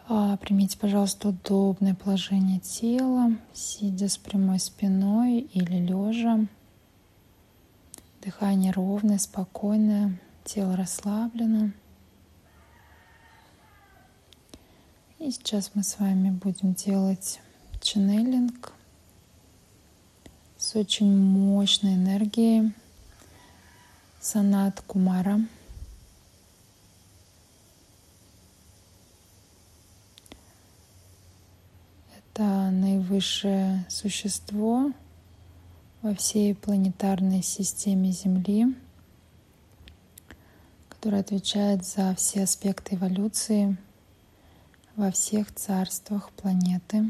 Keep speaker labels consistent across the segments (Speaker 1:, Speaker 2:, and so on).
Speaker 1: Примите, пожалуйста, удобное положение тела, сидя с прямой спиной или лежа. Дыхание ровное, спокойное, тело расслаблено. И сейчас мы с вами будем делать ченнелинг с очень мощной энергией Санат Кумара. Это наивысшее существо во всей планетарной системе Земли, которое отвечает за все аспекты эволюции во всех царствах планеты.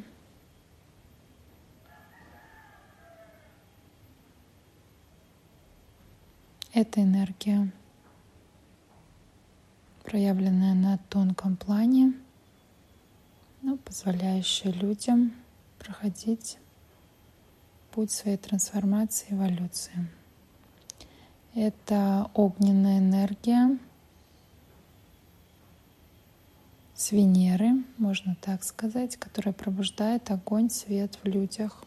Speaker 1: Эта энергия, проявленная на тонком плане, но позволяющая людям проходить путь своей трансформации и эволюции. Это огненная энергия с Венеры, можно так сказать, которая пробуждает огонь, свет в людях.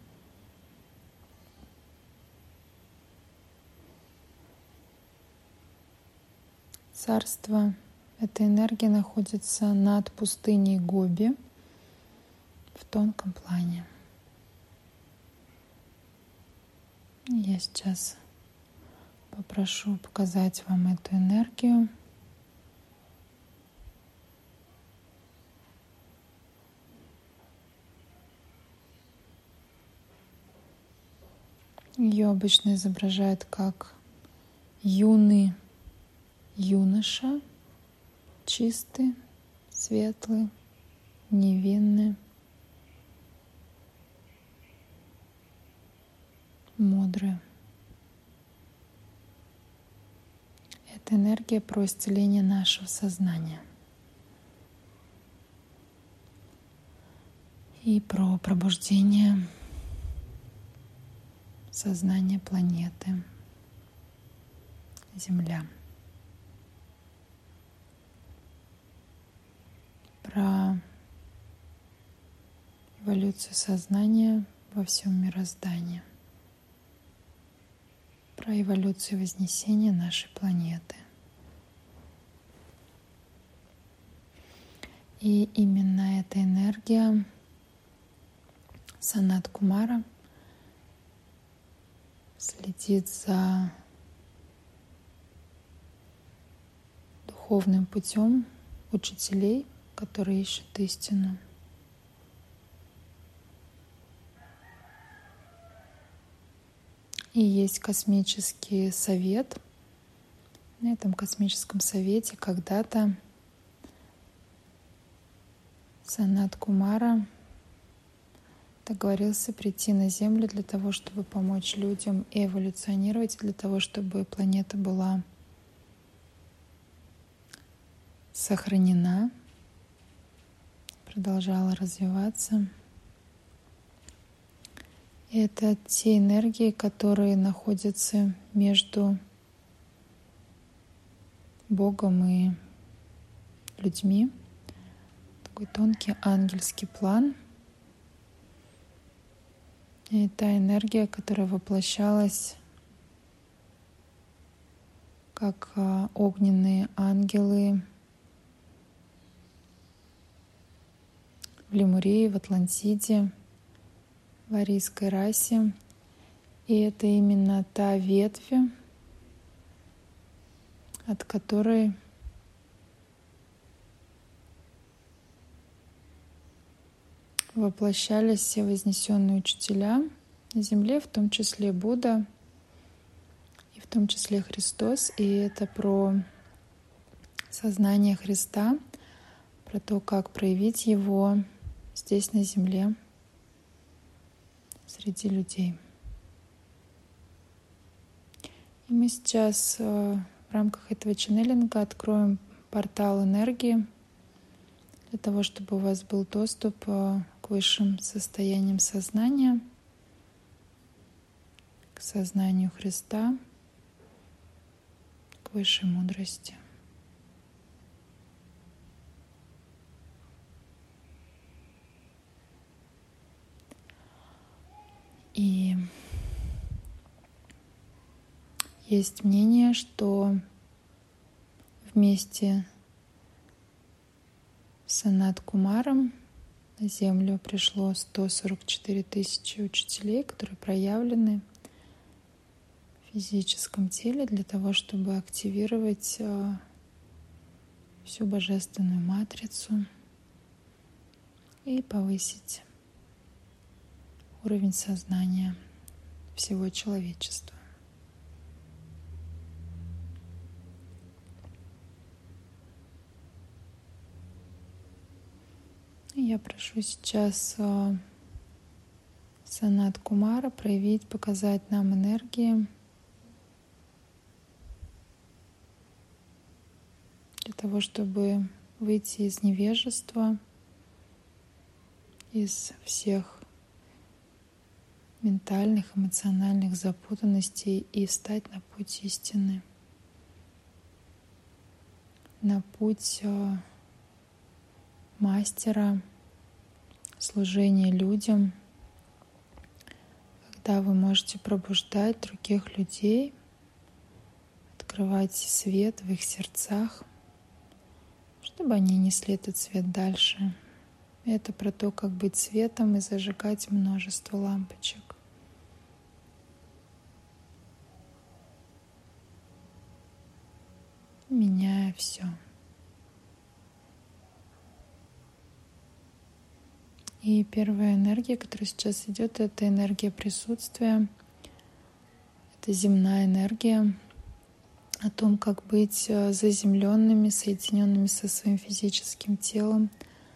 Speaker 1: Царство этой энергии находится над пустыней Гоби в тонком плане. Я сейчас попрошу показать вам эту энергию. Ее обычно изображают как юный юноша, чистый, светлый, невинный, мудрый. Это энергия про исцеление нашего сознания и про пробуждение сознания планеты Земля. Про эволюцию сознания во всем мироздании. Про эволюцию вознесения нашей планеты. И именно эта энергия Санат Кумара следит за духовным путем учителей, которые ищут истину. И есть космический совет. На этом космическом совете когда-то Санат Кумара договорился прийти на Землю для того, чтобы помочь людям эволюционировать, для того, чтобы планета была сохранена, продолжала развиваться. И это те энергии, которые находятся между Богом и людьми. Такой тонкий ангельский план. И та энергия, которая воплощалась как огненные ангелы в Лемурии, в Атлантиде, в арийской расе. И это именно та ветвь, от которой воплощались все вознесенные учителя на земле, в том числе Будда, и в том числе Христос. И это про сознание Христа, про то, как проявить его здесь на земле, среди людей. И мы сейчас в рамках этого ченнелинга откроем портал энергии для того, чтобы у вас был доступ к высшим состояниям сознания, к сознанию Христа, к высшей мудрости. Есть мнение, что вместе с Санат Кумаром на Землю пришло 144 тысячи учителей, которые проявлены в физическом теле для того, чтобы активировать всю божественную матрицу и повысить уровень сознания всего человечества. И я прошу сейчас Санат Кумара проявить, показать нам энергии для того, чтобы выйти из невежества, из всех ментальных, эмоциональных запутанностей и встать на путь истины, на путь мастера, служения людям, когда вы можете пробуждать других людей, открывать свет в их сердцах, чтобы они несли этот свет дальше. Это про то, как быть светом и зажигать множество лампочек. Меняя все. И первая энергия, которая сейчас идет, это энергия присутствия. Это земная энергия о том, как быть заземленными, соединенными со своим физическим телом,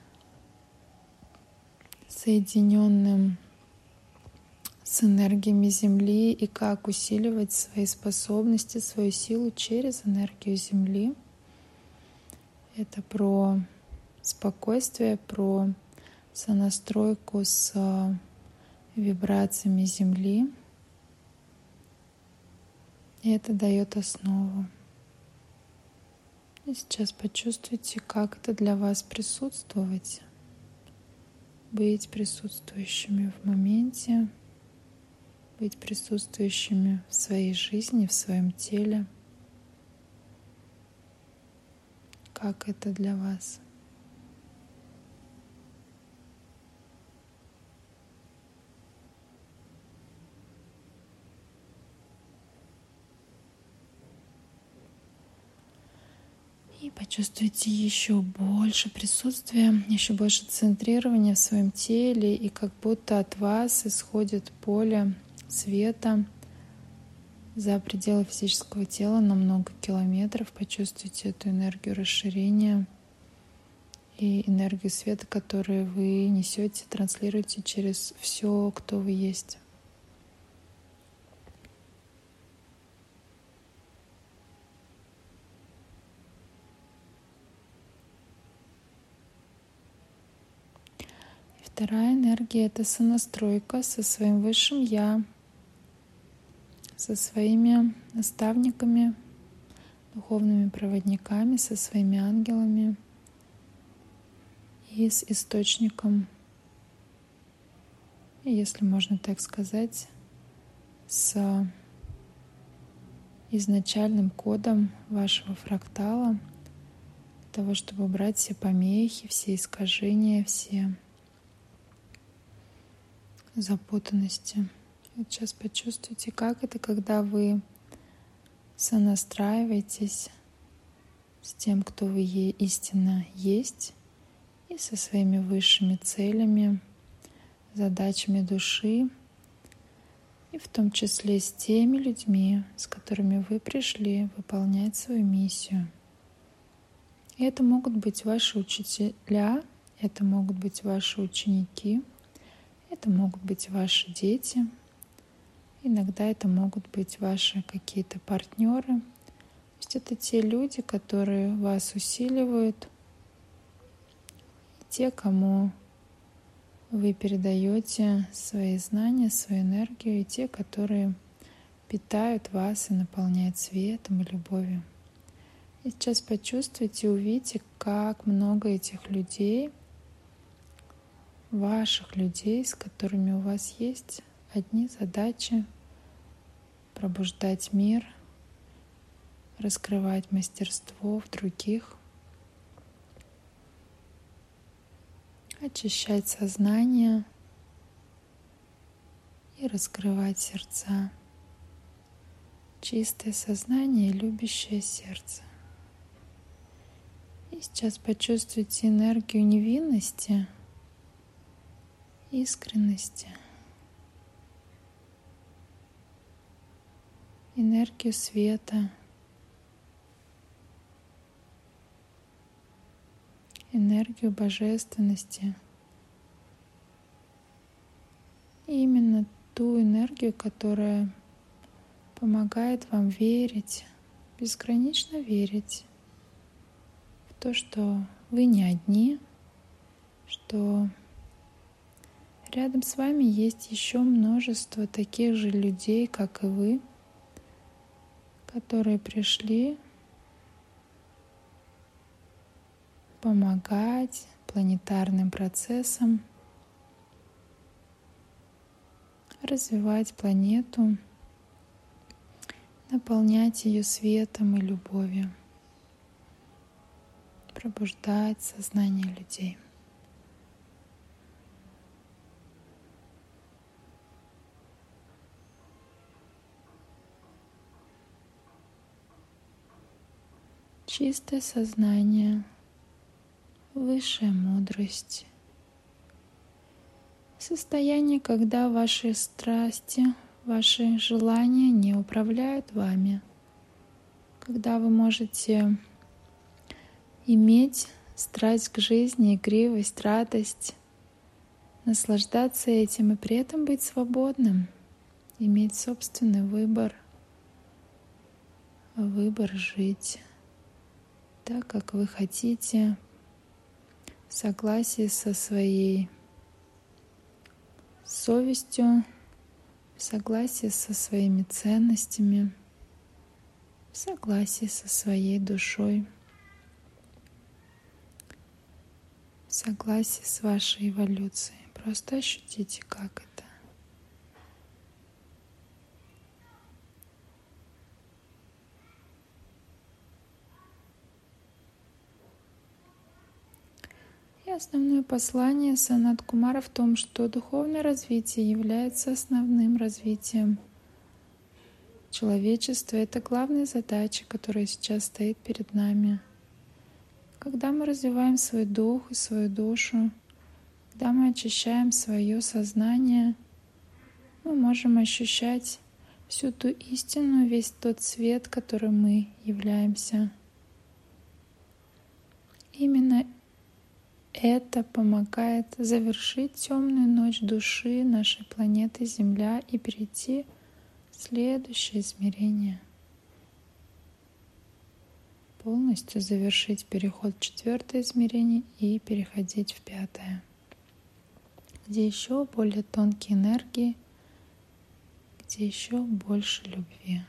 Speaker 1: соединенным с энергиями Земли и как усиливать свои способности, свою силу через энергию Земли. Это про спокойствие, про сонастройку с вибрациями Земли. И это дает основу. И сейчас почувствуйте, как это для вас присутствовать, быть присутствующими в моменте, быть присутствующими в своей жизни, в своем теле. Как это для вас? И почувствуйте еще больше присутствия, еще больше центрирования в своем теле, и как будто от вас исходит поле света за пределы физического тела на много километров. Почувствуйте эту энергию расширения и энергию света, которую вы несете, транслируете через все, кто вы есть. Вторая энергия — это сонастройка со своим высшим Я, со своими наставниками, духовными проводниками, со своими ангелами и с источником, и, если можно так сказать, с изначальным кодом вашего фрактала, для того, чтобы убрать все помехи, все искажения, все запутанности. Вот сейчас почувствуйте, как это, когда вы сонастраиваетесь с тем, кто вы истинно есть, и со своими высшими целями, задачами души, и в том числе с теми людьми, с которыми вы пришли выполнять свою миссию. И это могут быть ваши учителя, это могут быть ваши ученики, это могут быть ваши дети, иногда это могут быть ваши какие-то партнеры. То есть это те люди, которые вас усиливают, те, кому вы передаете свои знания, свою энергию, и те, которые питают вас и наполняют светом и любовью. И сейчас почувствуйте, увидите, как много этих людей, ваших людей, с которыми у вас есть одни задачи — пробуждать мир, раскрывать мастерство в других, очищать сознание и раскрывать сердца. Чистое сознание, любящее сердце. И сейчас почувствуйте энергию невинности, искренности, энергию света, энергию божественности. И именно ту энергию, которая помогает вам верить, безгранично верить в то, что вы не одни, что рядом с вами есть еще множество таких же людей, как и вы, которые пришли помогать планетарным процессам развивать планету, наполнять ее светом и любовью, пробуждать сознание людей. Чистое сознание, высшая мудрость. Состояние, когда ваши страсти, ваши желания не управляют вами. Когда вы можете иметь страсть к жизни, игривость, радость, наслаждаться этим и при этом быть свободным, иметь собственный выбор жить так, как вы хотите, в согласии со своей совестью, в согласии со своими ценностями, в согласии со своей душой, в согласии с вашей эволюцией. Просто ощутите, как это. И основное послание Санат Кумара в том, что духовное развитие является основным развитием человечества. Это главная задача, которая сейчас стоит перед нами. Когда мы развиваем свой дух и свою душу, когда мы очищаем свое сознание, мы можем ощущать всю ту истину, весь тот свет, которым мы являемся. Именно это помогает завершить темную ночь души нашей планеты Земля и перейти в следующее измерение. Полностью завершить переход в 4-е измерение и переходить в 5-е, где еще более тонкие энергии, где еще больше любви.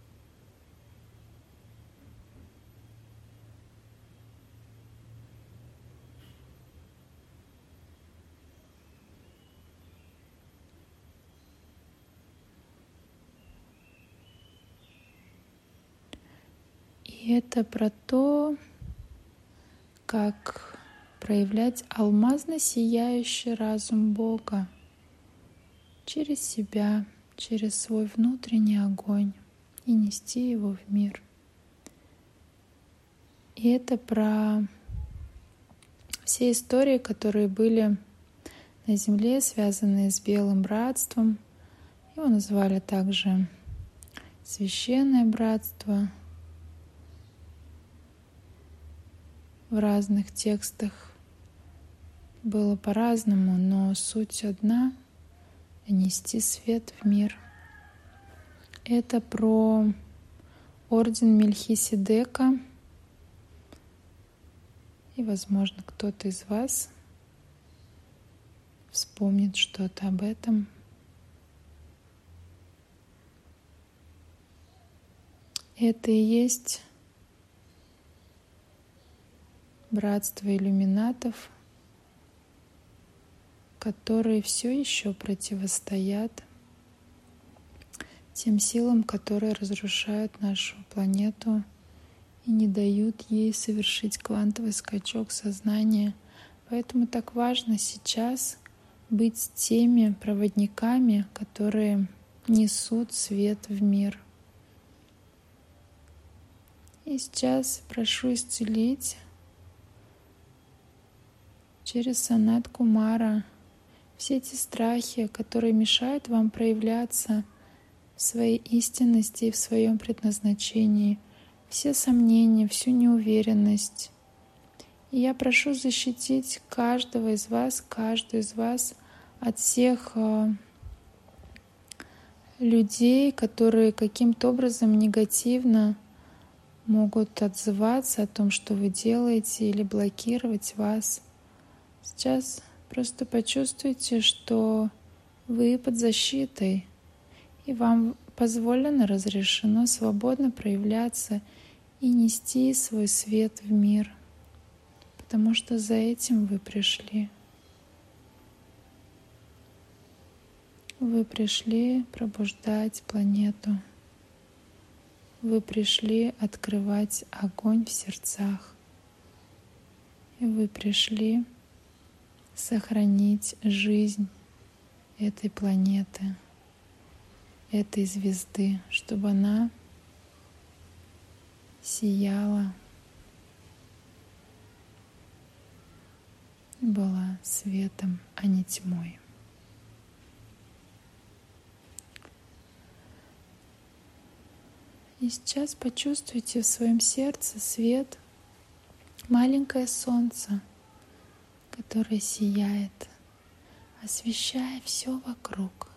Speaker 1: И это про то, как проявлять алмазно сияющий разум Бога через себя, через свой внутренний огонь и нести его в мир. И это про все истории, которые были на Земле, связанные с Белым Братством. Его называли также Священное Братство. В разных текстах было по-разному, но суть одна — нести свет в мир. Это про орден Мельхиседека. И, возможно, кто-то из вас вспомнит что-то об этом. Это и есть братство иллюминатов, которые все еще противостоят тем силам, которые разрушают нашу планету и не дают ей совершить квантовый скачок сознания. Поэтому так важно сейчас быть теми проводниками, которые несут свет в мир. И сейчас прошу исцелить через Санат Кумара все эти страхи, которые мешают вам проявляться в своей истинности и в своем предназначении, все сомнения, всю неуверенность. И я прошу защитить каждую из вас от всех людей, которые каким-то образом негативно могут отзываться о том, что вы делаете, или блокировать вас. Сейчас просто почувствуйте, что вы под защитой, и вам позволено, разрешено свободно проявляться и нести свой свет в мир, потому что за этим вы пришли. Вы пришли пробуждать планету. Вы пришли открывать огонь в сердцах. И вы пришли сохранить жизнь этой планеты, этой звезды, чтобы она сияла, была светом, а не тьмой. И сейчас почувствуйте в своем сердце свет, маленькое солнце, которое сияет, освещая все вокруг.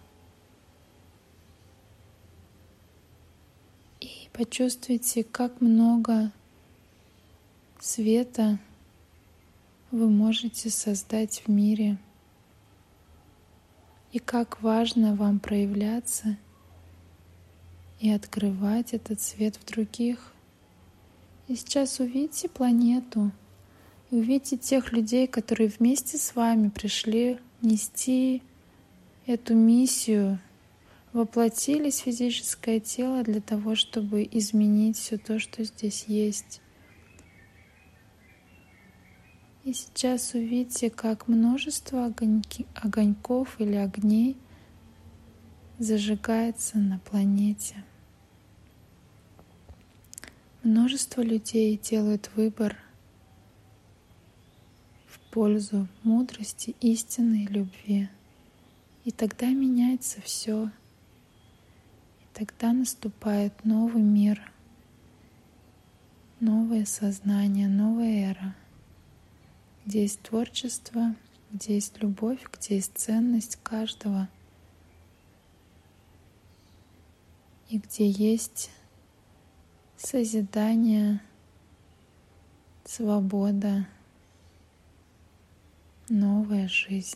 Speaker 1: И почувствуйте, как много света вы можете создать в мире, и как важно вам проявляться и открывать этот свет в других. И сейчас увидьте планету, и увидьте тех людей, которые вместе с вами пришли нести эту миссию, воплотились в физическое тело для того, чтобы изменить все то, что здесь есть. И сейчас увидьте, как множество огоньков или огней зажигается на планете. Множество людей делают выбор в пользу мудрости, истины и любви. И тогда меняется все. И тогда наступает новый мир, новое сознание, новая эра, где есть творчество, где есть любовь, где есть ценность каждого, и где есть созидание, свобода, новая жизнь.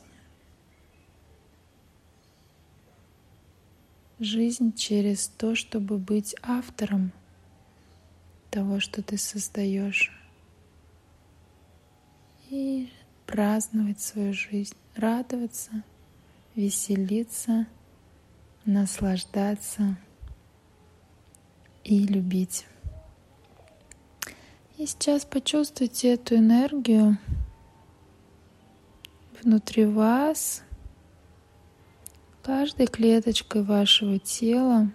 Speaker 1: Жизнь через то, чтобы быть автором того, что ты создаешь, и праздновать свою жизнь, радоваться, веселиться, наслаждаться и любить. И сейчас почувствуйте эту энергию внутри вас, каждой клеточкой вашего тела.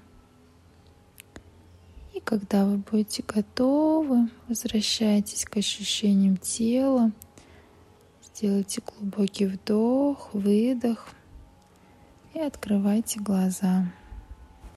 Speaker 1: И когда вы будете готовы, возвращайтесь к ощущениям тела, сделайте глубокий вдох, выдох и открывайте глаза.